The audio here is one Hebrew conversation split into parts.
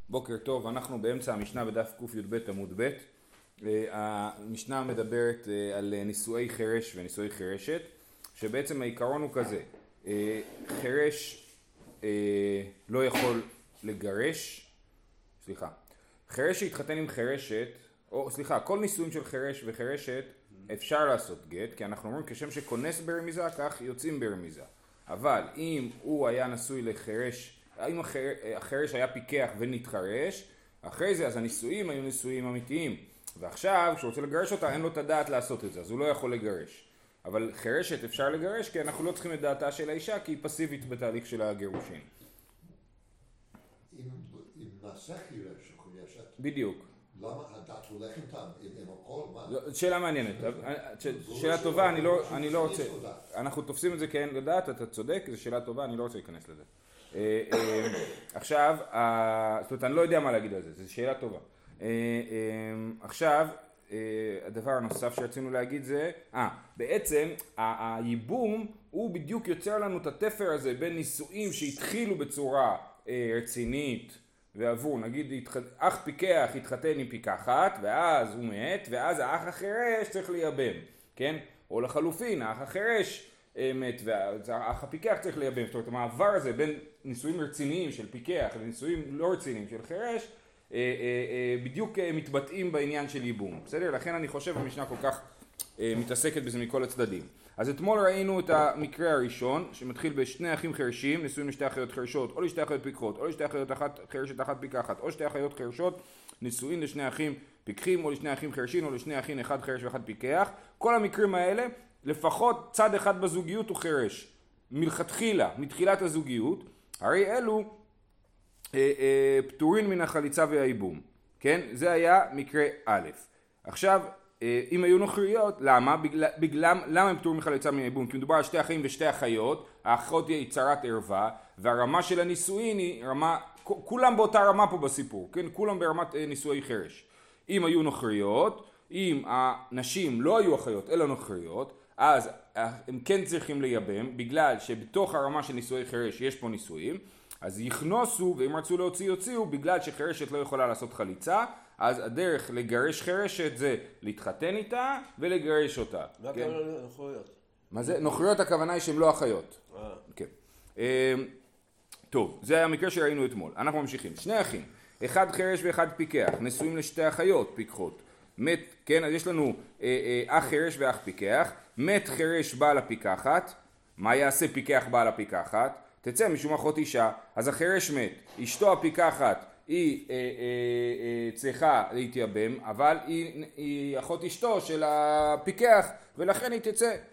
בוקר טוב, אנחנו באמצע המשנה בדף קי"ב עמוד ב'. המשנה מדברת על נישואי חרש ונישואי חרשת, שבעצם העיקרון הוא כזה: חרש לא יכול לגרש, חרש שהתחתן עם חרשת, כל נישואים של חרש וחרשת אפשר לעשות גט, כי אנחנו אומרים כשם שכונס ברמיזה כך יוצאים ברמיזה. אבל אם הוא היה נשוי לחרש, אם החרש היה פיקח ונתחרש, אחרי זה אז הנישואים היו נישואים אמיתיים, ועכשיו כשהוא רוצה לגרש אותה אין לו את הדעת לעשות את זה, אז הוא לא יכול לגרש. אבל חרשת אפשר לגרש כי אנחנו לא צריכים את דעתה של האישה, כי היא פסיבית בתהליך של הגירושין. אם נעשה חירש או חרשת, בדיוק. למה הדת הולך איתם? עם הכל? שאלה מעניינת, שאלה טובה, אני לא רוצה, אנחנו תופסים את זה כאין לדעת, אתה צודק, זו שאלה טובה, אני לא רוצה להיכנס לזה. עכשיו, זאת אומרת, אני לא יודע מה להגיד על זה, זו שאלה טובה. עכשיו, הדבר הנוסף שרצינו להגיד זה, בעצם הייבום הוא בדיוק יוצר לנו את התפר הזה בין נישואים שהתחילו בצורה רצינית ועברו, נגיד אח פיקח התחתן עם פיקחת ואז הוא מת, ואז האח החרש צריך לייבם, כן? או לחלופין, האח החרש מת והאח הפיקח צריך לייבם. זאת אומרת, המעבר הזה בין נישואים רציניים של פיקח לנישואים לא רציניים של חרש בדיוק מתבטאים בעניין של ייבום, בסדר? לכן אני חושב המשנה כל כך מתעסקת בזה מכל הצדדים. אז אתמול ראינו את המקרה הראשון שמתחיל בשני אחים חרשים נשואים לשתי אחיות חרשות או לשתי אחיות פיקחות או לשתי אחיות אחת חרשת אחת פיקחת או שתי אחיות חרשות נשואים לשני אחים פיקחים או לשני אחים חרשים או לשני אחים אחד חרש ואחד פיקח. כל המקרים האלה לפחות צד אחד בזוגיות הוא חרש מלכתחילה, מתחילת הזוגיות, הרי אלו פטורין מן החליצה והייבום, כן? זה היה מקרה א'. עכשיו, אם היו נוכריות, למה? למה הם פטורים מחליצה מהייבום? כי מדובר על שתי אחים ושתי אחיות, האחות היא יצרת ערווה, והרמה של הנישואין היא רמה, כולם באותה רמה פה בסיפור, כן? כולם ברמת נישואי חרש. אם היו נוכריות, אם הנשים לא היו אחיות אלא נוכריות, אז הם כן צריכים לייבם, בגלל שבתוך הרמה של נישואי חרש יש פה נישואים, אז יכנוסו, ואם רצו להוציא יוציאו, בגלל שחרשת לא יכולה לעשות חליצה, אז הדרך לגרש חרשת זה להתחתן איתה ולגרש אותה. מה הכוונה נוכריות? מה זה? נוכריות הכוונה היא שהן לא אחיות. כן. טוב, זה היה המקרה שראינו אתמול. אנחנו ממשיכים. שני אחים, אחד חרש ואחד פיקח, נשואים לשתי אחיות פיקחות. מת, כן, אז יש לנו אח חרש ואח פיקח, מת חרש בעל הפיקחת, מה יעשה פיקח בעל הפיקחת? תצא משום אחות אישה, אז החרש מת, אשתו הפיקחת היא צריכה להתייבם, אבל היא אחות אשתו של הפיקח, ולכן היא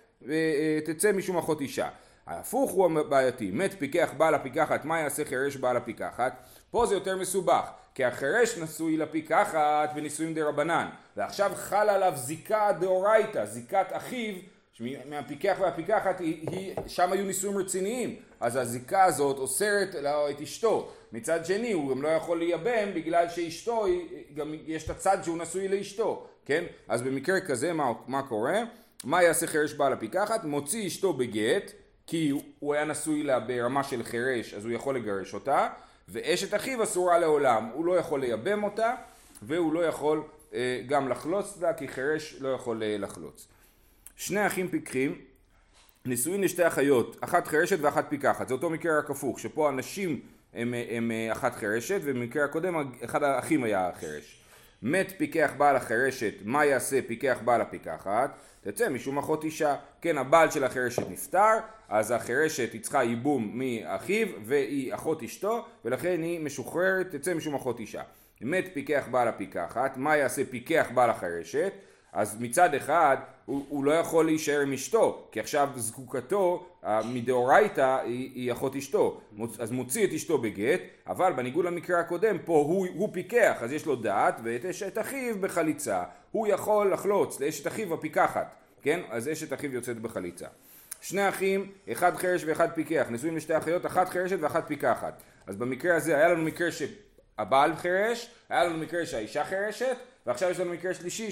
תצא משום אחות אישה. ההפוך הוא הבעייתי, מת פיקח בעל הפיקחת, מה יעשה חרש בעל הפיקחת? פה זה יותר מסובך, כי החרש נשוי לפיקחת בנישואים דרבנן, ועכשיו חל עליו זיקה דאורייתא, זיקת אחיו, מהפיקח והפיקחת, שם היו נישואים רציניים, אז הזיקה הזאת אוסרת את אשתו. מצד שני הוא גם לא יכול לייבם בגלל שאשתו, גם יש את הצד שהוא נשוי לאשתו, כן? אז במקרה כזה מה קורה? מה יעשה חרש בעל הפיקחת? מוציא אשתו בגט, כי הוא היה נשוי לה ברמה של חרש, אז הוא יכול לגרש אותה, ואשת אחיו אסורה לעולם, הוא לא יכול לייבם אותה, והוא לא יכול גם לחלוץ לה, כי חרש לא יכול לחלוץ. שני אחים פיקחים, נשואים לשתי אחיות, אחת חרשת ואחת פיקחת. זה אותו מקרה רק הפוך, שפה הנשים הם אחת חרשת, ובמקרה הקודם אחד האחים היה חרש. מת פיקח בעל החרשת, מה יעשה פיקח בעל הפיקחת? תצא משום אחות אישה. כן, הבעל של החרשת נפטר, אז החרשת היא צריכה ייבום מאחיו, והיא אחות אשתו, ולכן היא משוחררת, תצא משום אחות אישה. מת פיקח בעל הפיקחת, מה יעשה פיקח בעל החרשת? אז מצד אחד הוא לא יכול להישאר עם אשתו, כי עכשיו זקוקתו מדאורייתא היא אחות אשתו, אז מוציא את אשתו בגט, אבל בניגוד למקרה הקודם פה הוא פיקח, אז יש לו דעת, ואת אשת אחיו בחליצה, הוא יכול לחלוץ לאשת אחיו הפיקחת, כן? אז אשת אחיו יוצאת בחליצה. שני אחים, אחד חרש ואחד פיקח, נשואים לשתי אחיות, אחת חרשת ואחת פיקחת. אז במקרה הזה היה לנו מקרה שהבעל חרש, היה לנו מקרה שהאישה חרשת, ועכשיו יש לנו מקרה שלישי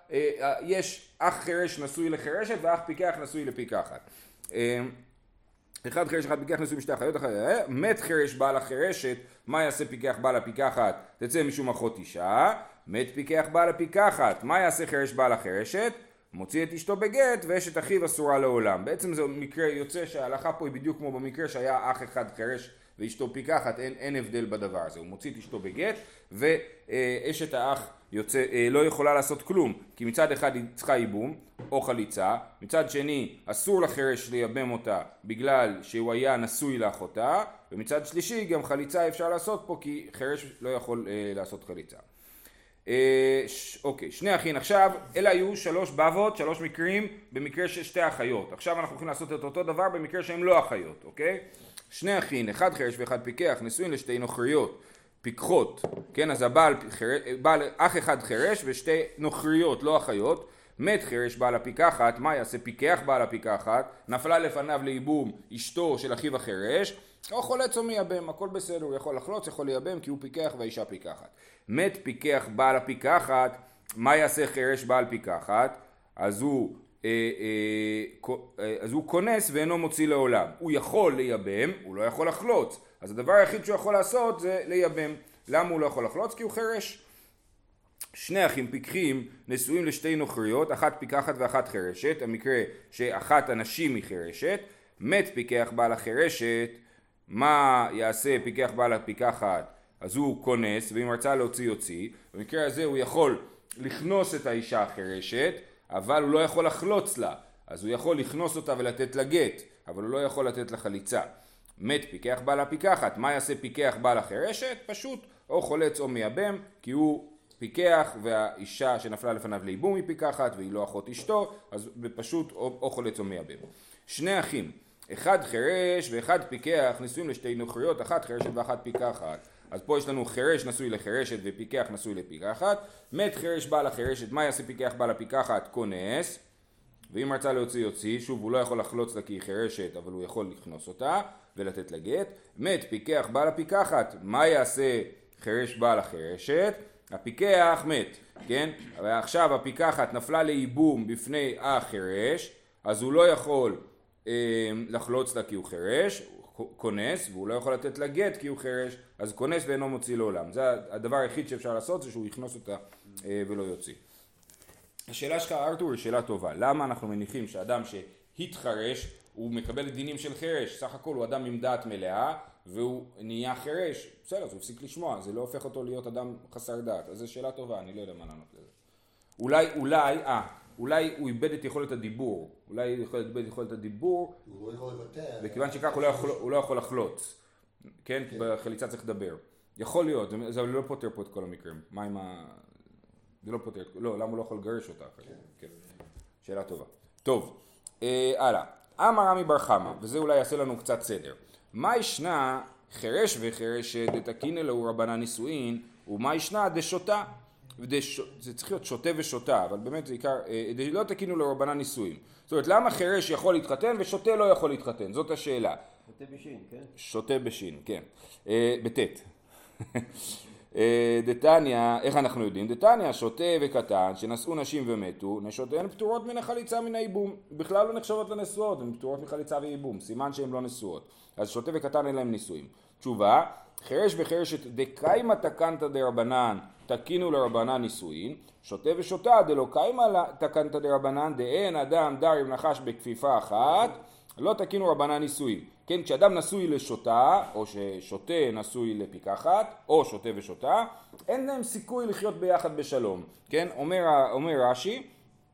שיש אח חרש נשוי לחרשת ואח פיקח נשוי לפיקחת. אחד חירש אחד פיקח נשוי משתי החיות, מת חירש בעל החירשת, מה יעשה פיקח בעל הפיקחת? תצא משום אחות אישה. מת פיקח בעל הפיקחת, מה יעשה חירש בעל החירשת? מוציא את אשתו בגט ואשת אחיו אסורה לעולם. בעצם זה מקרה יוצא שההלכה פה היא בדיוק כמו במקרה שהיה אח אחד חירש ואשתו פיקחת, אין הבדל בדבר הזה. הוא מוציא את אשתו בגט ואשת האח לא יכולה לעשות כלום, כי מצד אחד היא צריכה ייבום או חליצה, מצד שני אסור לחירש לייבם אותה בגלל שהוא היה נשוי לאחותה, ומצד שלישי גם חליצה אפשר לעשות פה כי חירש לא יכול לעשות חליצה. אוקיי, שני אחים עכשיו, אלה היו 3 בבות, 3 מקרים במקרה של 2 אחיות. עכשיו אנחנו הולכים לעשות את אותו דבר במקרה שהם לא אחיות, אוקיי? 2 אחים, אחד חירש ואחד פיקח, נשואים לשתי נוכריות, פיקחות, כן? אז בעל אח אחד חירש ושתי נוכריות, לא אחיות. מת חירש בעל הפיקחת, מה יעשה פיקח בעל הפיקחת? נפלה לפניו לייבום אשתו של אחיו החירש, או חולץ או מייבם, הכל בסדר, הוא יכול לחלוץ, יכול לייבם כי הוא פיקח והאישה פיקחת. מת פיקח בעל הפיקחת, מה יעשה חירש בעל פיקחת? אז הוא כונס ואינו מוציא לעולם. הוא יכול לייבם, הוא לא יכול לחלוץ. אז הדבר היחיד שהוא יכול לעשות זה לייבם. למה הוא לא יכול לחלוץ? כי הוא חירש. 2 אחים פיקחים נשואים לשתי נוכריות, אחת פיקחת ואחת חירשת, המקרה שאחת הנשים היא חירשת. מת פיקח בעל החירשת, מה יעשה פיקח בעל הפיקחת? אז הוא כונס, ואם רצה להוציא יוציא. במקרה הזה הוא יכול לכנוס את האישה החירשת, אבל הוא לא יכול לחלוץ לה, אז הוא יכול לכנוס אותה ולתת לה גט, אבל הוא לא יכול לתת לה חליצה. מת פיקח בעל הפיקחת, מה יעשה פיקח בעל החירשת? פשוט או חולץ או מייבם, כי הוא פיקח והאישה שנפלה לפניו לייבום היא פיקחת והיא לא אחות אשתו, אז פשוט או חולץ או מייבם. 2 אחים, אחד חירש ואחד פיקח נשואים לשתי נוכריות, אחת חירשת ואחת פיקחת. אז פה יש לנו חירש נשוי לחירשת ופיקח נשוי לפיקחת. מת חירש בעל החירשת, מה יעשה פיקח בעל הפיקחת? כונס, ואם רצה להוציא יוציא, שוב הוא לא יכול לחלוץ לה כי היא חירשת, אבל הוא יכול לכנוס אותה ולתת לה גט. מת פיקח בעל הפיקחת, מה יעשה חירש בעל החירשת? הפיקח מת, כן? ועכשיו הפיקחת נפלה לייבום בפני החירש, אז הוא לא יכול לחלוץ לה כי הוא חירש, כונס, והוא לא יכול לתת לה גט כי הוא חירש, אז כונס ואינו מוציא לעולם. זה הדבר היחיד שאפשר לעשות, זה שהוא יכנוס אותה ולא יוציא. השאלה שלך ארתור היא שאלה טובה. למה אנחנו מניחים שאדם שהתחרש הוא מקבל דינים של חירש? סך הכל הוא אדם עם דעת מלאה והוא נהיה חירש, בסדר, אז הוא הפסיק לשמוע, זה לא הופך אותו להיות אדם חסר דעת. אז זו שאלה טובה, אני לא יודע מה לענות לזה. אולי הוא איבד את יכולת הדיבור, הוא לא יכול לבטא. וכיוון שכך הוא לא יכול לחלוץ, כן? בחליצה צריך לדבר. יכול להיות, זה לא פותר פה את כל המקרים. מה עם זה לא פותר, למה הוא לא יכול לגרש אותה? כן. שאלה טובה. טוב, הלאה. אמר רמי בר חמא, וזה אולי יעשה לנו קצת סדר. מה ישנה חירש וחירשת דתקינא להו רבנן נישואין, ומה ישנה דשוטה? זה צריך להיות שוטה ושוטה, אבל באמת זה עיקר, לא תקינו לרבנן נישואין. זאת אומרת, למה חירש יכול להתחתן ושוטה לא יכול להתחתן? זאת השאלה. שוטה בשין, כן? שוטה בשין, כן. בתת. דתניא, איך אנחנו יודעים? דתניא, שוטה וקטן, שנשאו נשים ומתו, נשותיהן פטורות מן החליצה מן הייבום. בכלל לא נחשבות לנשואות, הן פטורות מחליצה וייבום, סימן שהן לא נשואות. אז שוטה וקטן אין להם נישואים. תשובה, חירש וחירשת דקיימא תקנתא דרבנן, תקינו לרבנן נישואין, שוטה ושוטה דלא קיימא תקנתא דרבנן, דאין אדם דר עם נחש בכפיפה אחת, לא תקינו רבנן נישואין. כן, כשאדם נשוי לשוטה, או ששוטה נשוי לפיקחת, או שוטה ושוטה, אין להם סיכוי לחיות ביחד בשלום. כן, אומר רש"י,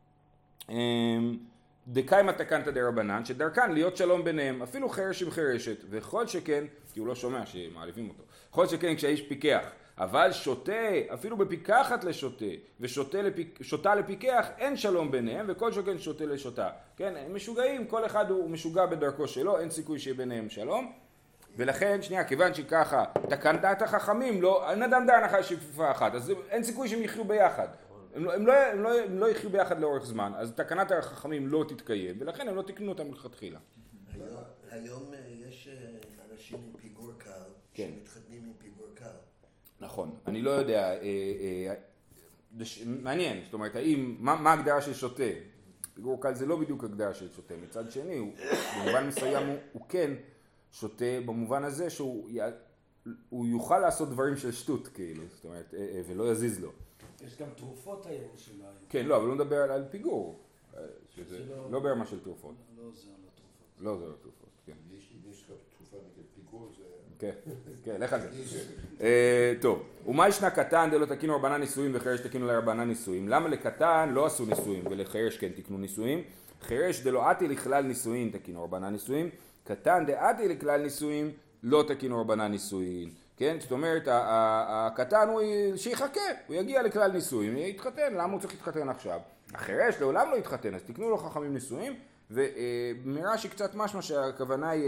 דקיימא תקנתא דרבנן, שדרכן להיות שלום ביניהם, אפילו חירש עם חירשת, וכל שכן, כי הוא לא שומע שמעליבים אותו, כל שכן כשהאיש פיקח, אבל שוטה, אפילו בפיקחת לשוטה, ושוטה לפיקח, אין שלום ביניהם, וכל שכן שוטה לשוטה. כן, הם משוגעים, כל אחד הוא משוגע בדרכו שלו, אין סיכוי שיהיה ביניהם שלום. ולכן, שנייה, כיוון שככה, תקנת את החכמים, לא, אין אדם דר נחש בכפיפה אחת, אז אין סיכוי שהם יחיו ביחד. הם לא יחיו ביחד לאורך זמן, אז תקנת החכמים לא תתקיים, ולכן הם לא תקנו אותם מלכתחילה. היום יש אנשים עם פיגור קל, שמתחתנים עם פיגור קל. נכון, אני לא יודע, מעניין, זאת אומרת, מה ההגדרה של שוטה? פיגור קל זה לא בדיוק הגדרה של שותה, מצד שני, במובן מסוים הוא כן שותה במובן הזה שהוא יוכל לעשות דברים של שטות כאילו, זאת אומרת, ולא יזיז לו. יש גם תרופות היום שלא... כן, לא, אבל לא מדבר על פיגור, שזה לא ברמה של תרופות. לא זה על התרופות. לא זה על התרופות, כן. יש לך תרופה נגד פיגור, זה... כן, לך על זה. טוב, ומה ישנה קטן דלא תקינו רבנן נישואים וחרש תקינו לרבנן נישואים? למה לקטן לא עשו נישואים ולחרש כן תקנו נישואים? חרש דלא עתי לכלל נישואים תקינו רבנן נישואים, קטן דעתי לכלל נישואים לא תקינו רבנן נישואים. כן, זאת אומרת, הקטן הוא שיחכה, הוא יגיע לכלל נישואים, יתחתן, למה הוא צריך להתחתן עכשיו? החרש לעולם לא יתחתן, אז תקנו לו חכמים נישואים, ומרש"י קצת משמע שהכוונה היא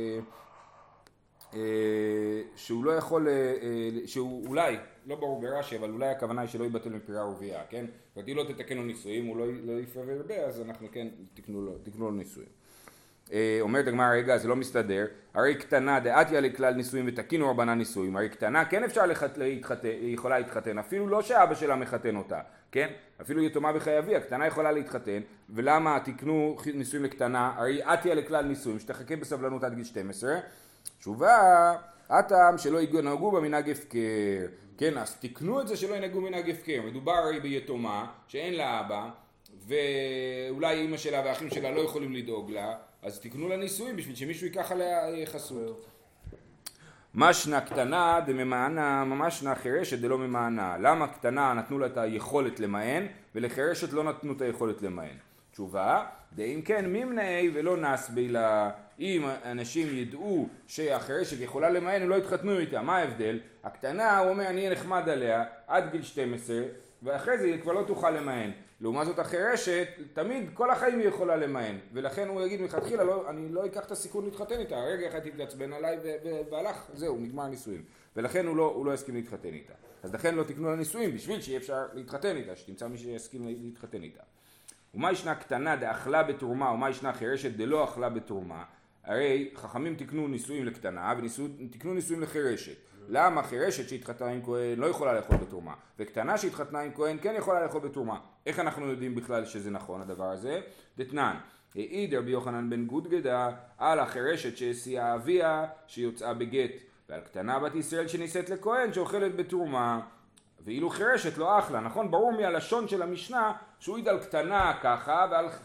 שהוא לא יכול, שהוא אולי, לא ברור ברש"י, אבל אולי הכוונה היא שלא יבטל מפרייה ורבייה, כן? ואם לא תתקנו נישואים, הוא לא יפרע הרבה, אז אנחנו כן תקנו לו נישואים. אומרת הגמרא, רגע, זה לא מסתדר, הרי קטנה דעתיה לכלל נישואים ותקינו רבנן נישואים, הרי קטנה כן אפשר היא יכולה להתחתן, אפילו לא שאבא שלה מחתן אותה, כן? אפילו יתומה בחיי אביה, הקטנה יכולה להתחתן, ולמה תקנו נישואים לקטנה, הרי עתיה לכלל נישואים, שתחכה בסבלנות עד גיל 12, תשובה, הטעם שלא ינהגו במנהג הפקר, כן, אז תקנו את זה שלא ינהגו במנהג הפקר, מדובר הרי ביתומה שאין לה אבא, ואולי אמא שלה והאחים שלה לא יכולים לדאוג לה, אז תקנו לה נישואים בשביל שמישהו ייקח עליה חסות. משנה קטנה דממענה, משנה חירשת דלא ממענה. למה קטנה נתנו לה את היכולת למען, ולחירשת לא נתנו את היכולת למען? תשובה, דאם כן מימנעי ולא נס בילה. אם אנשים ידעו שהחירשת יכולה למען, הם לא יתחתנו איתה. מה ההבדל? הקטנה, הוא אומר, אני אהיה נחמד עליה עד גיל 12, ואחרי זה היא כבר לא תוכל למען. לעומת זאת החירשת, תמיד כל החיים היא יכולה למען, ולכן הוא יגיד מלכתחילה, אני לא אקח את הסיכון להתחתן איתה, הרגע אחד תתעצבן עליי והלך, זהו, נגמר נישואים, ולכן הוא לא יסכים להתחתן איתה. אז לכן לא תקנו לנישואים, בשביל שיהיה אפשר להתחתן איתה, שתמצא מי שיסכים להתחתן איתה. ומה ישנה קטנה דאכלה בתרומה, ומה ישנה חירשת דלא אכלה בתרומה? הרי חכמים תקנו נישואים לקטנה, ותקנו נישואים לחירשת. למה חירשת שהתחתנה עם כהן לא יכולה לאכול בתרומה, וקטנה שהתחתנה עם כהן כן יכולה לאכול בתרומה? איך אנחנו יודעים בכלל שזה נכון הדבר הזה? דתנן, העיד רבי יוחנן בן גודגדה על החירשת שהסיעה אביה שיוצאה בגט, ועל קטנה בת ישראל שנישאת לכהן שאוכלת בתרומה, ואילו חירשת לא אכלה. נכון, ברור מהלשון של המשנה שהוא העיד על קטנה ככה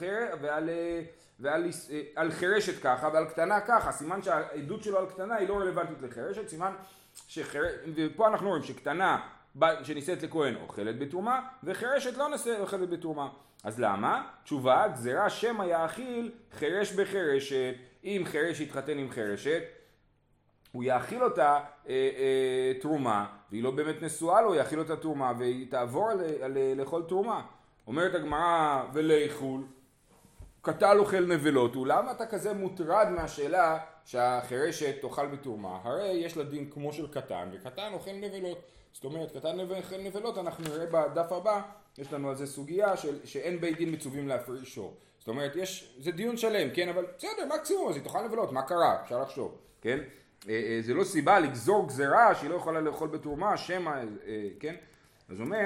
ועל חירשת ככה ועל קטנה ככה, סימן שהעדות שלו על קטנה היא לא רלוונטית לחירשת, סימן ופה אנחנו רואים שקטנה שנישאת לכהן אוכלת בתרומה, וחירשת לא אוכלת בתרומה. אז למה? תשובה, גזירה שמא יאכיל חירש בחירשת. אם חירש יתחתן עם חירשת, הוא יאכיל אותה תרומה, והיא לא באמת נשואה לו, יאכיל אותה תרומה, והיא תעבור לאכול תרומה. אומרת הגמרא, ולאכול, קטל אוכל נבלות, ולמה אתה כזה מוטרד מהשאלה שהחירשת תאכל בתרומה? הרי יש לה דין כמו של קטן, וקטן אוכל נבלות. זאת אומרת, קטן אוכל נבלות, אנחנו נראה בדף הבא, יש לנו על זה סוגיה שאין בית דין מצווים להפרישו. זאת אומרת, זה דיון שלם, כן? אבל בסדר, מקסימום, אז היא תאכל נבלות, מה קרה? אפשר לחשוב, כן? זה לא סיבה לגזור גזרה שהיא לא יכולה לאכול בתרומה, שמא, כן? אז אומר,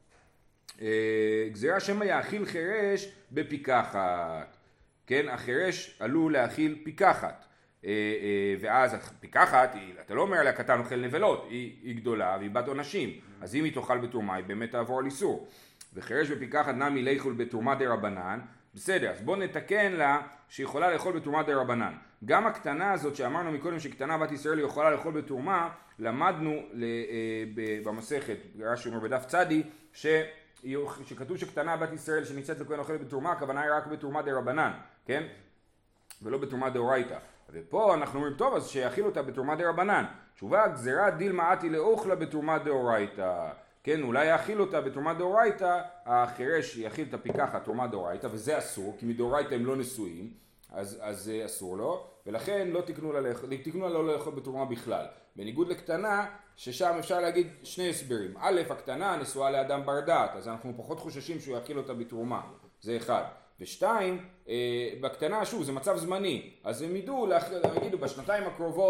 גזירה שמא יאכיל חירש בפיקחת, כן? החירש עלול להאכיל פיקחת, ואז הפיקחת, אתה לא אומר עליה קטן אוכל נבלות, היא גדולה והיא בת עונשים, אז אם היא תאכל בתרומה היא באמת תעבור על איסור. וחירש בפיקחת נמי לאכול בתרומה דרבנן, בסדר, אז בוא נתקן לה שיכולה לאכול בתרומה דרבנן. גם הקטנה הזאת שאמרנו מקודם שקטנה בת ישראל יכולה לאכול בתרומה, למדנו במסכת, רש"י אומר בדף צדי, שכתוב שקטנה בת ישראל שנישאת לכהן אוכלת בתרומה, הכוונה היא רק בתרומה דרבנן, כן? ולא בתרומה דאורייתא. ופה אנחנו אומרים, טוב, אז שיאכיל אותה בתרומה דרבנן. תשובה, גזירה דילמה עתי לאוכלה בתרומה דאורייתא. כן, אולי יאכיל אותה בתרומה דאורייתא, החירש יאכיל את הפיקחת תרומה דאורייתא, וזה אסור, כי מדאורייתא הם לא נשואים, אז זה אסור לו, ולכן לא תקנו לה לא לאכול בתרומה בכלל. בניגוד לקטנה, ששם אפשר להגיד שני הסברים. א', הקטנה נשואה לאדם בר דעת, אז אנחנו פחות חוששים שהוא יאכיל אותה בתרומה, זה אחד. ושתיים, בקטנה שוב זה מצב זמני, אז הם יגידו בשנתיים הקרובות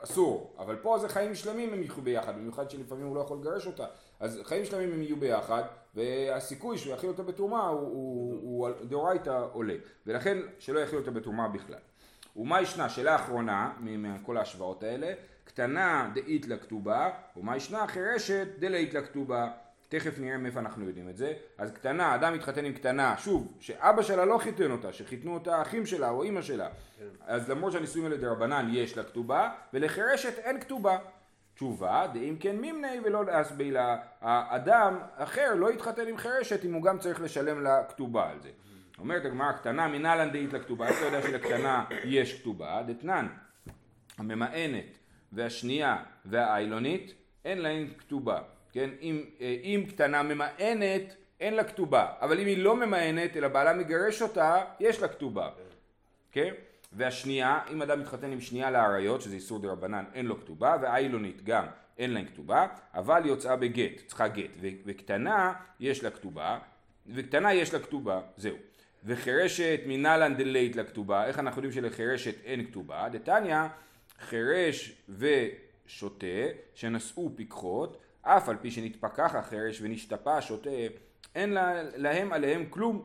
אסור, אבל פה זה חיים שלמים הם יחיו ביחד, במיוחד שלפעמים הוא לא יכול לגרש אותה, אז חיים שלמים הם יהיו ביחד, והסיכוי שהוא יכיל אותה בתרומה הוא דאורייתא עולה, ולכן שלא יכיל אותה בתרומה בכלל. ומה ישנה? שאלה אחרונה מכל ההשוואות האלה, קטנה דאית לכתובה, ומה ישנה? חירשת דלאית לכתובה. תכף נראה מאיפה אנחנו יודעים את זה. אז קטנה, אדם מתחתן עם קטנה, שוב, שאבא שלה לא חיתן אותה, שחיתנו אותה האחים שלה או אמא שלה. אז למרות שהנישואים האלה דרבנן יש לה כתובה, ולחירשת אין כתובה. תשובה, דאם כן מימני ולא להסבי לה, האדם אחר לא יתחתן עם חירשת אם הוא גם צריך לשלם לה כתובה על זה. אומרת הגמרא, קטנה מנהלן דאית לכתובה, איך אתה יודע שלקטנה יש כתובה? דתנן, הממאנת והשנייה והאילונית אין להן כתובה. כן? אם קטנה ממאנת אין לה כתובה, אבל אם היא לא ממאנת אלא בעלה מגרש אותה, יש לה כתובה. כן? והשנייה, אם אדם מתחתן עם שנייה לעריות, שזה איסור דרבנן, אין לו כתובה, והאילונית גם אין להם כתובה, אבל יוצאה בגט, צריכה גט, וקטנה יש לה כתובה, וקטנה יש לה כתובה, זהו. וחירשת מנהלן דלית לכתובה, איך אנחנו יודעים שלחירשת אין כתובה? דתניא, חירש ושוטה שנשאו פיקחות, אף על פי שנתפקח החירש ונשתפה השוטה, אין להם עליהם כלום.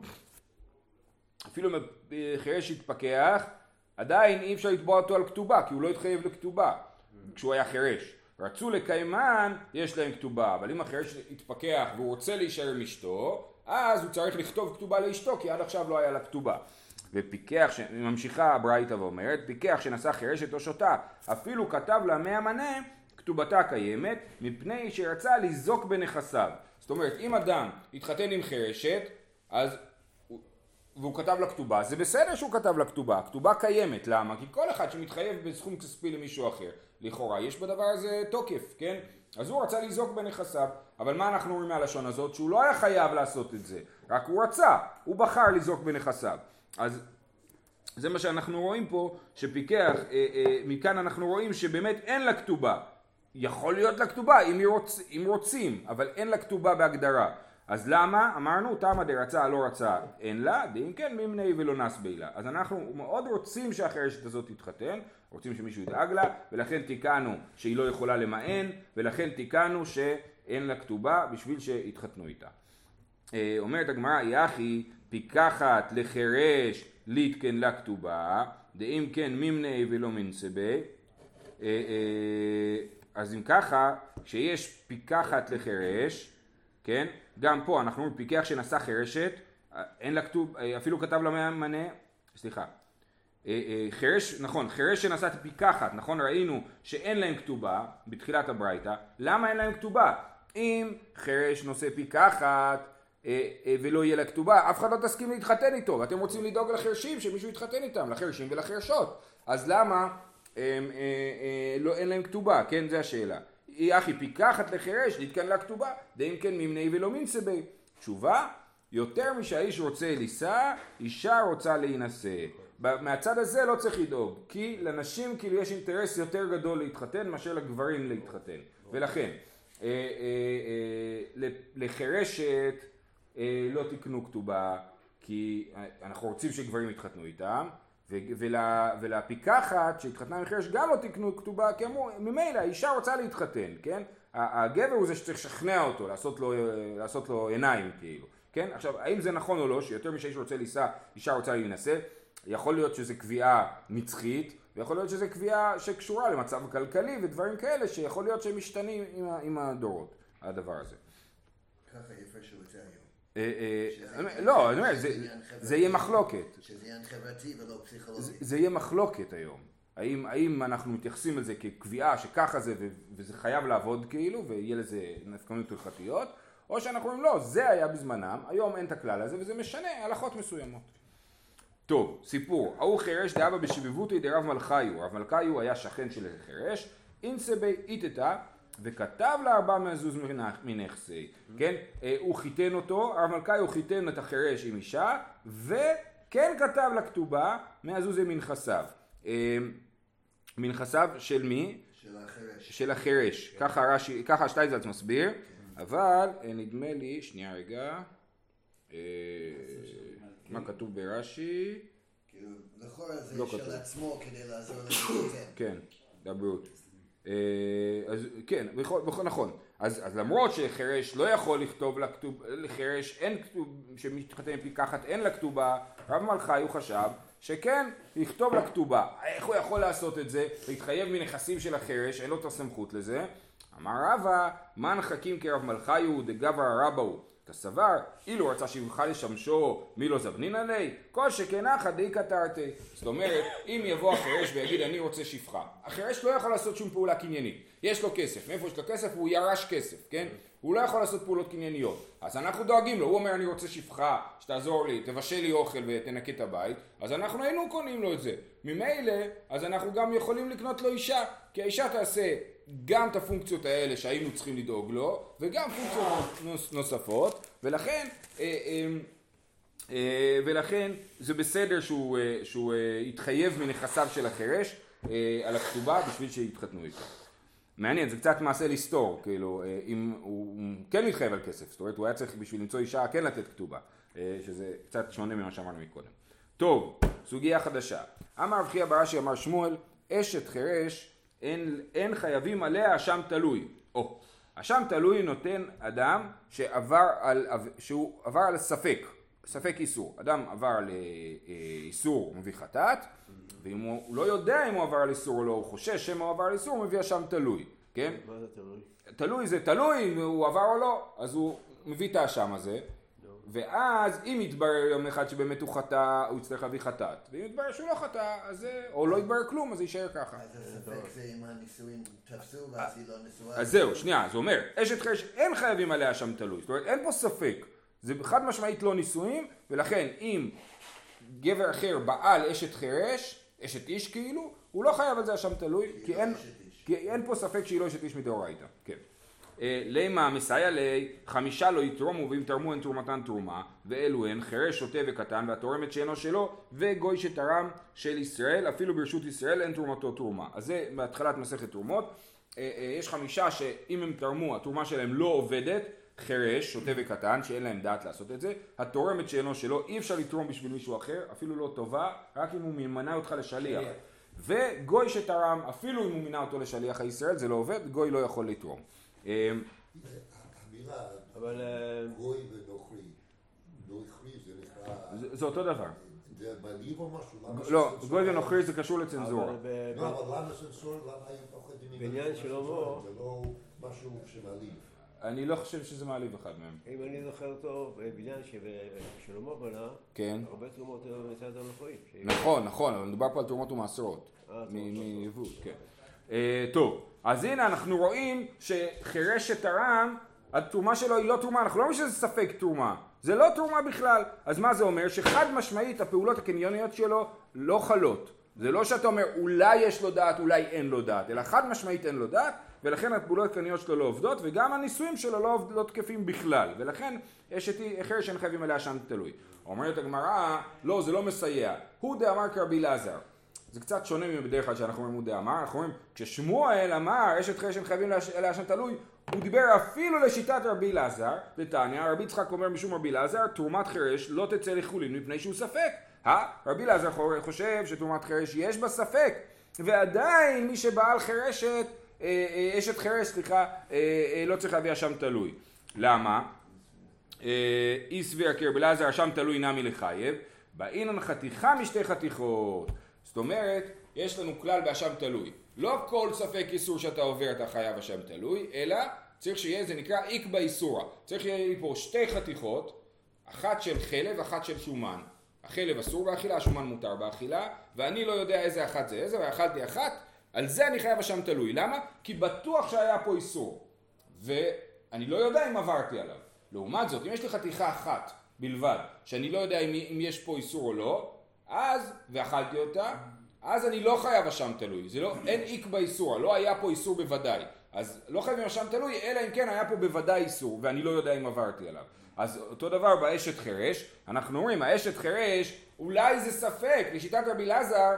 אפילו חירש התפקח, עדיין אי אפשר לתבוע אותו על כתובה, כי הוא לא התחייב לכתובה כשהוא היה חירש. רצו לקיימן, יש להם כתובה, אבל אם החירש התפקח והוא רוצה להישאר עם אשתו, אז הוא צריך לכתוב כתובה לאשתו, כי עד עכשיו לא היה לה כתובה. ופיקח, ממשיכה הברייתא ואומרת, פיקח שנשא חירשת או שוטה, אפילו כתב לה מהמנה, כתובתה קיימת, מפני שרצה לזוק בנכסיו. זאת אומרת, אם אדם התחתן עם חירשת, אז והוא כתב לה כתובה, זה בסדר שהוא כתב לה כתובה, הכתובה קיימת, למה? כי כל אחד שמתחייב בסכום כספי למישהו אחר, לכאורה, יש בדבר הזה תוקף, כן? אז הוא רצה לזוק בנכסיו, אבל מה אנחנו רואים מהלשון הזאת? שהוא לא היה חייב לעשות את זה, רק הוא רצה, הוא בחר לזוק בנכסיו. אז זה מה שאנחנו רואים פה, שפיקח, מכאן אנחנו רואים שבאמת אין לה כתובה. יכול להיות לה כתובה אם רוצים, אבל אין לה כתובה בהגדרה. אז למה? אמרנו, תמה דרצה לא רצה אין לה, דאם כן מימני ולא נסבי לה. אז אנחנו מאוד רוצים שהחירשת הזאת תתחתן, רוצים שמישהו ידאג לה, ולכן תיקנו שהיא לא יכולה למען, ולכן תיקנו שאין לה כתובה בשביל שיתחתנו איתה. אומרת הגמרא, יחי פיקחת לחירש ליתקן לה כתובה, דאם כן מימני ולא מנסבי. אז אם ככה, כשיש פיקחת לחירש, כן? גם פה אנחנו אומרים פיקח שנשא חירשת, אין לה כתוב, אפילו כתב לה מנה, סליחה, חירש, נכון, חירש שנשא פיקחת, נכון, ראינו שאין להם כתובה בתחילת הברייתא, למה אין להם כתובה? אם חירש נושא פיקחת ולא יהיה לה כתובה, אף אחד לא תסכים להתחתן איתו, ואתם רוצים לדאוג לחרשים שמישהו יתחתן איתם, לחרשים ולחרשות, אז למה אין להם כתובה, כן, זה השאלה. אחי פיקחת לחירש, נתקן לה כתובה, דאם כן מימני ולא מנסבי. תשובה, יותר משהאיש רוצה לישא, אישה רוצה להינשא. מהצד הזה לא צריך לדאוג, כי לנשים כאילו יש אינטרס יותר גדול להתחתן מאשר לגברים להתחתן. ולכן, לחירשת לא תקנו כתובה, כי אנחנו רוצים שגברים יתחתנו איתם, ולפיקחת שהתחתנה עם חירש גם לא תקנו כתובה, כי אמרו, ממילא האישה רוצה להתחתן, כן? הגבר הוא זה שצריך לשכנע אותו, לעשות לו עיניים כאילו, כן? עכשיו, האם זה נכון או לא, שיותר משאיש רוצה לישא, אישה רוצה להינשא? יכול להיות שזה קביעה נצחית, ויכול להיות שזה קביעה שקשורה למצב כלכלי ודברים כאלה, שיכול להיות שהם משתנים עם הדורות, הדבר הזה. ככה יפה שהוא יוצא היום. לא, אני אומר, זה יהיה מחלוקת. שזה עניין חברתי ולא פסיכולוגי. זה יהיה מחלוקת היום. האם אנחנו מתייחסים לזה כקביעה שככה זה וזה חייב לעבוד כאילו ויהיה לזה נפקנות הלכתיות, או שאנחנו אומרים לא, זה היה בזמנם, היום אין את הכלל הזה וזה משנה הלכות מסוימות. טוב, סיפור. ההוא חירש דאבא בשבבותי דרב מלכיו. רב מלכיו היה שכן של חירש, אינסבי איתתה, וכתב לה 400 זוז מנכסי, כן? הוא חיתן אותו, הרב מלכיו חיתן את החירש עם אישה, וכן כתב לה כתובה 100 זוז מנכסיו. מנכסיו של מי? של החירש. של החירש. ככה השטייזלץ מסביר, אבל נדמה לי, שנייה רגע, מה כתוב ברש"י? כאילו, לכאורה זה של עצמו כדי לעזור לזה. כן, דברות. אז כן, נכון. אז למרות שחרש לא יכול לכתוב לחרש, אין כתוב, שמתחתן עם פיקחת אין לה כתובה, רב מלכי הוא חשב שכן, יכתוב לה כתובה. איך הוא יכול לעשות את זה? להתחייב מנכסים של החרש, אין לו את הסמכות לזה. אמר רבא, מן חכים כרב מלכי הוא דגבר הרבה הוא. כסבר, אילו רצה שיוכל לשמשו מי לא זבנין עלי, כל שכן אחא די קטרתי. זאת אומרת, אם יבוא החרש ויגיד אני רוצה שפחה, החרש לא יכול לעשות שום פעולה קניינית. יש לו כסף, מאיפה יש לו כסף? הוא ירש כסף, כן? הוא לא יכול לעשות פעולות קנייניות. אז אנחנו דואגים לו, הוא אומר אני רוצה שפחה, שתעזור לי, תבשל לי אוכל ותנקה את הבית, אז אנחנו היינו קונים לו את זה. ממילא, אז אנחנו גם יכולים לקנות לו אישה, כי האישה תעשה גם את הפונקציות האלה שהיינו צריכים לדאוג לו, וגם פונקציות נוספות, ולכן זה בסדר שהוא יתחייב מנכסיו של החרש על הכתובה בשביל שיתחתנו איתו. מעניין, זה קצת מעשה לסתור, כאילו, אם הוא כן מתחייב על כסף, זאת אומרת, הוא היה צריך בשביל למצוא אישה כן לתת כתובה, שזה קצת שונה ממה שאמרנו מקודם. טוב, סוגיה חדשה. אמר רב חייא בר אשי אמר שמואל, אשת חרש אין חייבים עליה אשם תלוי. אשם תלוי נותן אדם שהוא עבר על ספק איסור. אדם עבר על איסור מביא חטאת, ואם הוא לא יודע אם הוא עבר על איסור או לא, הוא חושש שמא הוא עבר על איסור, הוא מביא אשם תלוי. כן? מה זה תלוי? תלוי זה תלוי אם הוא עבר או לא, אז הוא מביא את האשם הזה. ואז אם יתברר יום אחד שבאמת הוא חטא, הוא יצטרך להביא חטאת. ואם יתברר שהוא לא חטא, או לא יתברר כלום, אז זה יישאר ככה. אז הספק זה אם הנישואים תפסו ואז היא לא נשואה. אז זהו, שנייה, זה אומר, אשת חרש אין חייבים עליה שם תלוי. זאת אומרת, אין פה ספק. זה חד משמעית לא נישואים, ולכן אם גבר אחר בעל אשת חרש, אשת איש כאילו, הוא לא חייב על זה שם תלוי, כי אין פה ספק שהיא לא אשת איש מדאורייתא. כן. לימה מסייע לי 5 לא יתרומו ואם תרמו אין תרומתן תרומה ואלו הן חרש שוטה וקטן והתורמת שאינו שלו וגוי שתרם של ישראל אפילו ברשות ישראל אין תרומתו תרומה. אז זה בהתחלת מסכת תרומות. יש 5 שאם הם תרמו התרומה שלהם לא עובדת, חרש שוטה וקטן שאין להם דעת לעשות את זה, התורמת שאינו שלו אי אפשר לתרום בשביל מישהו אחר אפילו לא טובה רק אם הוא ממנה אותך לשליח, וגוי שתרם אפילו אם הוא מינה אותו לשליח הישראל זה לא עובד, גוי לא יכול לתרום. המילה, אבל גוי ונוכרי, נוכרי זה נקרא... זה אותו דבר. זה מעליב או משהו? לא, גוי ונוכרי זה קשור לצנזורה. לא, אבל למה צנזורה? למה היו פוחדים ממנו? בעניין שלמה... זה לא משהו שמעליב. אני לא חושב שזה מעליב אחד מהם. אם אני זוכר טוב, בעניין ששלמה בנה, כן. הרבה תרומות מצד הנוכרים. נכון, אבל מדובר פה על תרומות ומעשרות. מיבוד, כן. טוב, אז הנה אנחנו רואים שחרש שתרם, התרומה שלו היא לא תרומה, אנחנו לא אומרים שזה ספק תרומה, זה לא תרומה בכלל. אז מה זה אומר? שחד משמעית הפעולות הקנייניות שלו לא חלות. זה לא שאתה אומר אולי יש לו דעת, אולי אין לו דעת, אלא חד משמעית אין לו דעת, ולכן הפעולות הקנייניות שלו לא עובדות, וגם הניסויים שלו לא תקפים בכלל, ולכן יש חרש שאין חייבים עליה שם תלוי. אומרת הגמרא, לא, זה לא מסייע. הוא דאמר כרבי אלעזר. זה קצת שונה מבדרך כלל שאנחנו אומרים הוא דאמר, אנחנו אומרים, כששמואל אמר, אשת חרש שאין חייבים עליה שם תלוי, הוא דיבר אפילו לשיטת רבי אלעזר, לתניא, רבי יצחק אומר משום רבי אלעזר, תרומת חרש לא תצא לחולין מפני שהוא ספק. רבי אלעזר חושב שתרומת חרש יש בה ספק, ועדיין מי שבעל חרשת, אשת חרש, לא צריך להביא שם תלוי. למה? אי סביר כרבי אלעזר, שם תלוי נמי לחייב, באינן חתיכה משתי חתיכות. זאת אומרת, יש לנו כלל באשם תלוי. לא כל ספק איסור שאתה עובר אתה חייב אשם תלוי, אלא צריך שיהיה, זה נקרא איקבא איסורא. צריך שיהיה פה 2 חתיכות, אחת של חלב, אחת של שומן. החלב אסור באכילה, השומן מותר באכילה, ואני לא יודע איזה אחת זה איזה, ואכלתי אחת, על זה אני חייב אשם תלוי. למה? כי בטוח שהיה פה איסור, ואני לא יודע אם עברתי עליו. לעומת זאת, אם יש לי חתיכה אחת בלבד, שאני לא יודע אם יש פה איסור או לא, אז, ואכלתי אותה, אז אני לא חייב אשם תלוי. זה לא, אין איקבא איסורא, לא היה פה איסור בוודאי. אז לא חייבים אשם תלוי, אלא אם כן היה פה בוודאי איסור, ואני לא יודע אם עברתי עליו. אז אותו דבר באשת חרש, אנחנו אומרים, האשת חרש, אולי זה ספק, לשיטת רבי אלעזר,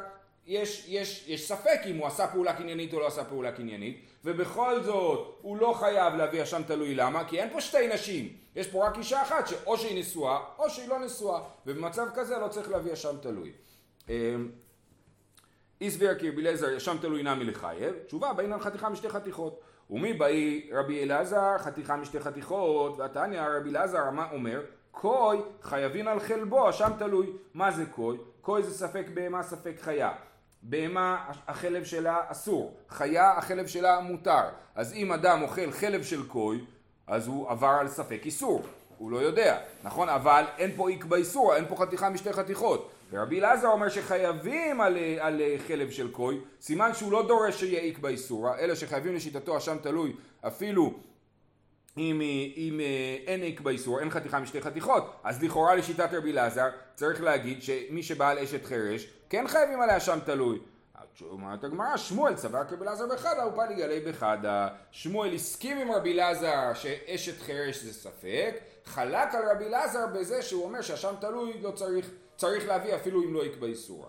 יש ספק אם הוא עשה פעולה קניינית או לא עשה פעולה קניינית, ובכל זאת הוא לא חייב להביא אשם תלוי. למה? כי אין פה 2 נשים, יש פה רק אישה אחת שאו שהיא נשואה או שהיא לא נשואה, ובמצב כזה לא צריך להביא אשם תלוי. איסבר כרבי אליעזר שם תלוי נמי לחייב, תשובה באין על חתיכה משתי חתיכות. ומי באי רבי אלעזר חתיכה משתי חתיכות, והתניא רבי אלעזר אומר קוי חייבין על חלבו, שם תלוי. מה זה קוי? קוי זה ספק בהמה ספק חיה. בהמה החלב שלה אסור, חיה החלב שלה מותר. אז אם אדם אוכל חלב של קוי, אז הוא עבר על ספק איסור, הוא לא יודע, נכון? אבל אין פה איקבא איסור, אין פה חתיכה משתי חתיכות. ורבי אלעזר אומר שחייבים על חלב של קוי, סימן שהוא לא דורש שיהיה איקבא איסור, אלא שחייבים לשיטתו השם תלוי, אפילו אם אין איקבא איסור, אין חתיכה משתי חתיכות. אז לכאורה לשיטת רבי אלעזר צריך להגיד שמי שבעל אשת חרש כן חייבים עליה שם תלוי. אומרת הגמרא, שמואל סבר כרבי אלעזר בחדה ופליג עלי בחדה. שמואל הסכים עם רבי אלעזר שאשת חרש זה ספק, חלק על רבי אלעזר בזה שהוא אומר שהשם תלוי לא צריך להביא אפילו אם לא יקבע איסורה.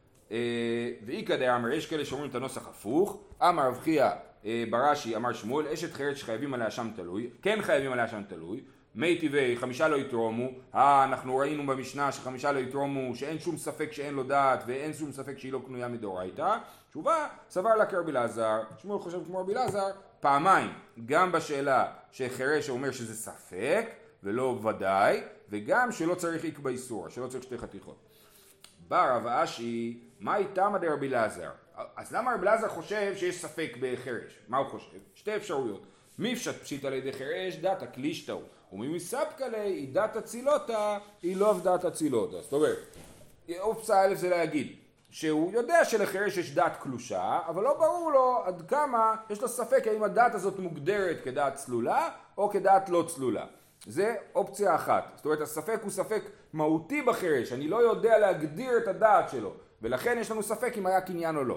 ואיקא דאמר, יש כאלה שאומרים את הנוסח הפוך. אמר רב חייא ברש"י אמר שמואל, אשת חרש שחייבים עליה שם תלוי, כן חייבים עליה שם תלוי. מי טבעי 5 לא יתרומו, אנחנו ראינו במשנה ש5 לא יתרומו, שאין שום ספק שאין לו דעת ואין שום ספק שהיא לא קנויה מדאורייתא. תשובה, סבר לה כרבי אלעזר. שמואל חושב כמו רבי אלעזר פעמיים, גם בשאלה שחרש אומר שזה ספק ולא ודאי, וגם שלא צריך איקבא איסור, שלא צריך שתי חתיכות. בא רב אשי, מה איתם עד רבי אלעזר? אז למה רבי אלעזר חושב שיש ספק בחרש? מה הוא חושב? שתי אפשרויות. מי פשיט על ידי חרש דתא קלישתא הוא, ומי מספקא ליה היא דתא צילותא היא לא דתא צילותא. זאת אומרת, אופציה א' זה להגיד שהוא יודע שלחרש יש דת קלושה, אבל לא ברור לו עד כמה יש לו ספק האם הדת הזאת מוגדרת כדת צלולה או כדת לא צלולה. זה אופציה אחת. זאת אומרת, הספק הוא ספק מהותי בחרש, אני לא יודע להגדיר את הדעת שלו, ולכן יש לנו ספק אם היה קניין או לא.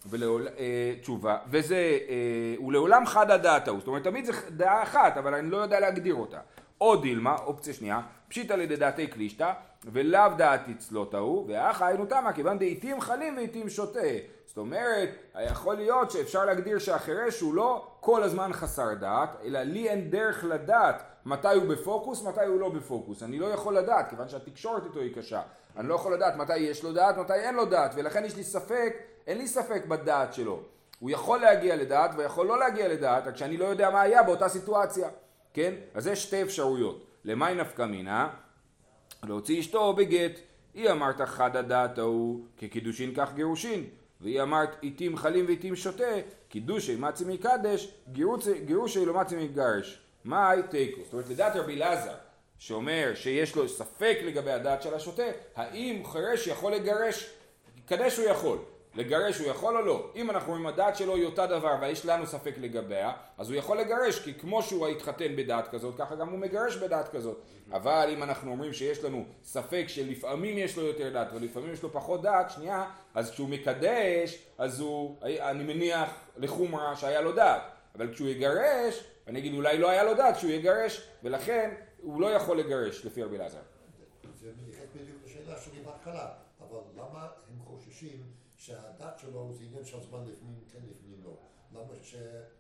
תשובה, וזה, ולעולם חד הדעתה הוא, זאת אומרת, תמיד זה דעה אחת, אבל אני לא יודע להגדיר אותה. או דילמה, אופציה שנייה, פשיטא לדעתי קלישתא, ולאו דעתי צלותא הוא, ואח היינו תמה, כיוון דעיתים חלים ועיתים שותה. זאת אומרת, יכול להיות שאפשר להגדיר שהחרש הוא לא כל הזמן חסר דעת, אלא לי אין דרך לדעת מתי הוא בפוקוס, מתי הוא לא בפוקוס. אני לא יכול לדעת, כיוון שהתקשורת איתו היא קשה. אני לא יכול לדעת מתי יש לו דעת, מתי אין לו דעת, ולכן יש לי ספק, אין לי ספק בדעת שלו. הוא יכול להגיע לדעת ויכול לא להגיע לדעת, רק שאני לא יודע מה היה באותה סיטואציה. כן? אז יש שתי אפשרויות. למאי נפקא מינה? להוציא אשתו בגט. היא אמרת חד הדעת הוא כקידושין כך גירושין. והיא אמרת עיתים חלים ועיתים שותה, קידושי מצי מקדש, גירושי לא מצי מגרש. מאי תיקו. זאת אומרת, לדעת רבי אלעזר, שאומר שיש לו ספק לגבי הדעת של השותה, האם חרש יכול לגרש? קדש הוא יכול. לגרש הוא יכול או לא? אם אנחנו רואים הדעת שלו היא אותה דבר ויש לנו ספק לגביה, אז הוא יכול לגרש, כי כמו שהוא התחתן בדעת כזאת, ככה גם הוא מגרש בדעת כזאת. אבל אם אנחנו אומרים שיש לנו ספק שלפעמים יש לו יותר דעת ולפעמים יש לו פחות דעת, שנייה, אז כשהוא מקדש, אז הוא, אני מניח לחומרה שהיה לו דעת. אבל כשהוא יגרש, אני אגיד אולי לא היה לו דעת כשהוא יגרש, ולכן הוא לא יכול לגרש לפי רבי אלעזר. זה מניחת בדיוק לשאלה שלי בהתחלה, אבל למה הם חוששים שהדת שלו זה עניין של זמן לפנים, כן לפנים לא? למה ש...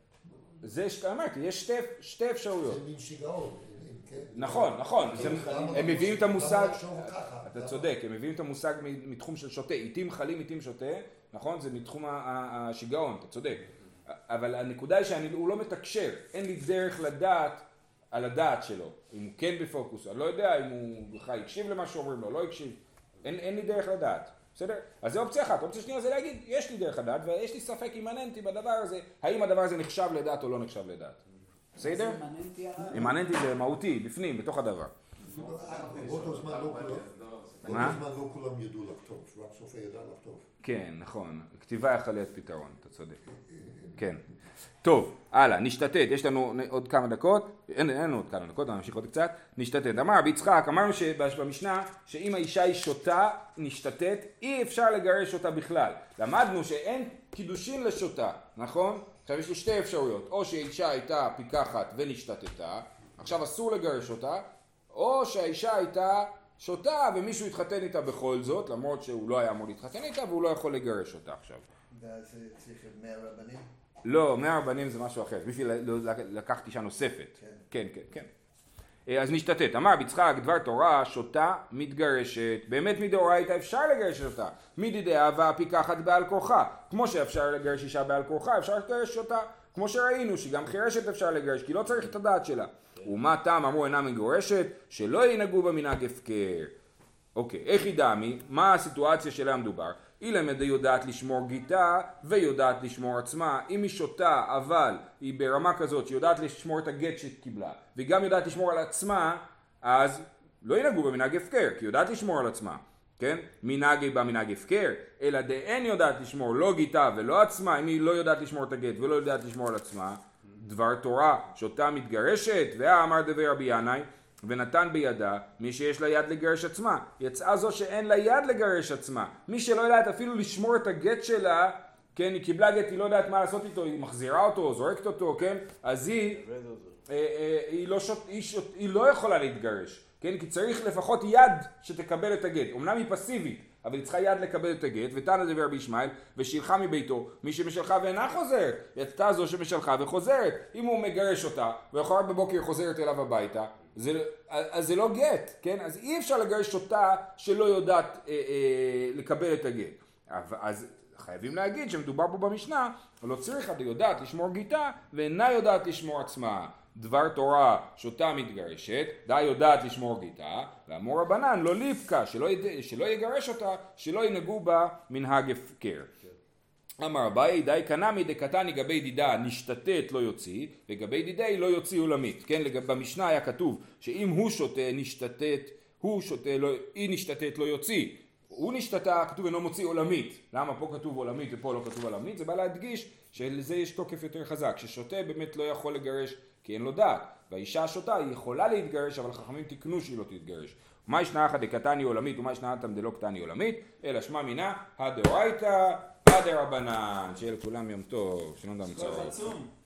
זה שאתה אמרתי, יש שתי אפשרויות. זה מין שיגעון, כן? נכון, הם מביאים את המושג, אתה למה? צודק, הם מביאים את המושג מתחום של שותה, עיתים חלים, עיתים שותה, נכון? זה מתחום השיגעון, אתה צודק. אבל הנקודה היא שהוא לא מתקשר, אין לי דרך לדעת על הדעת שלו, אם הוא כן בפוקוס, אני לא יודע אם הוא בכלל הקשיב למה שאומרים לו, לא הקשיב, אין לי דרך לדעת. בסדר? אז זה אופציה אחת. אופציה שנייה זה להגיד, יש לי דרך הדעת ויש לי ספק אימננטי בדבר הזה, האם הדבר הזה נחשב לדעת או לא נחשב לדעת. בסדר? אימננטי זה מהותי, בפנים, בתוך הדבר. באותו זמן לא כולם ידעו לכתוב, רק סופר ידע לכתוב. כן, נכון. כתיבה יכול להיות פתרון, אתה צודק. כן. טוב, הלאה, נשתתת, יש לנו עוד כמה דקות, אין לנו עוד כמה דקות, נמשיך עוד קצת, נשתתת. אמר רבי יצחק, אמרנו במשנה שאם האישה היא שותה, נשתתת, אי אפשר לגרש אותה בכלל. למדנו שאין קידושין לשותה, נכון? עכשיו יש לי שתי אפשרויות, או שהאישה הייתה פיקחת ונשתתתה, עכשיו אסור לגרש אותה, או שהאישה הייתה שותה ומישהו התחתן איתה בכל זאת, למרות שהוא לא היה אמור להתחתן איתה והוא לא יכול לגרש אותה עכשיו. ואז צריך 100 רבנים? לא, 100 רבנים זה משהו אחר, בשביל לקחת אישה נוספת. כן. אז נשתתת. אמר ביצחק דבר תורה שותה מתגרשת. באמת מדאורייתא אפשר לגרש אותה. מדדאבה פיקחת בעל כורחה. כמו שאפשר לגרש אישה בעל כורחה, אפשר לגרש אותה. כמו שראינו שגם חירשת אפשר לגרש, כי לא צריך את הדעת שלה. ומה טעם אמרו אינה מגורשת? שלא ינהגו בה מנהג הפקר. אוקיי, איך היא דמי? מה הסיטואציה שלה מדובר? היא למדה יודעת לשמור גיטה ויודעת לשמור עצמה. אם היא שותה אבל היא ברמה כזאת שיודעת לשמור את הגט שקיבלה והיא גם יודעת לשמור על עצמה, אז לא ינהגו במנהג הפקר, כי היא יודעת לשמור על עצמה. כן? מנהגי בה מנהג הפקר, אלא דאין יודעת לשמור לא גיטה ולא עצמה. אם היא לא יודעת לשמור את הגט ולא יודעת לשמור על עצמה, דבר תורה שותה מתגרשת. ואמר דבר רבי ינאי ונתן בידה מי שיש לה יד לגרש עצמה. יצאה זו שאין לה יד לגרש עצמה. מי שלא יודעת אפילו לשמור את הגט שלה, כן, היא קיבלה גט, היא לא יודעת מה לעשות איתו, היא מחזירה אותו, זורקת אותו, כן, אז היא לא יכולה להתגרש, כן, כי צריך לפחות יד שתקבל את הגט. אמנם היא פסיבית, אבל היא צריכה יד לקבל את הגט. ותנא דבר רבי ישמעאל ושילחה מביתו מי שמשלחה ואינה חוזרת. יצאה זו שמשלחה וחוזרת. אם הוא מגרש אותה ואחר בבוקר חוזרת אליו הביתה, אז זה לא גט, כן? אז אי אפשר לגרש אותה שלא יודעת לקבל את הגט. אז חייבים להגיד שמדובר פה במשנה, לא צריכה יודעת לשמור גיטה ואינה יודעת לשמור עצמה. דבר תורה שותה מתגרשת, די יודעת לשמור גיטה, ואמור רבנן לא ליפקה, שלא יגרש אותה, שלא ינהגו בה מנהג הפקר. אמר אביי די קנמי דקתני גבי דידה נשתתת לא יוציא וגבי דידי לא יוציא עולמית. כן, במשנה היה כתוב שאם הוא שותה נשתתת, היא נשתתת לא יוציא. הוא נשתתה, כתוב אינו מוציא עולמית. למה פה כתוב עולמית ופה לא כתוב עולמית? זה בא להדגיש שלזה יש תוקף יותר חזק, ששותה באמת לא יכול לגרש כי אין לו דעת. והאישה השותה היא יכולה להתגרש, אבל חכמים תקנו שהיא לא תתגרש. מה ישנה אחת דקתני עולמית ומה ישנה אתם דלא קטני עולמית? אלא שמע מינה הדאורייתא הדרבנן. שיהיה לכולם יום טוב, שלום דמצאות.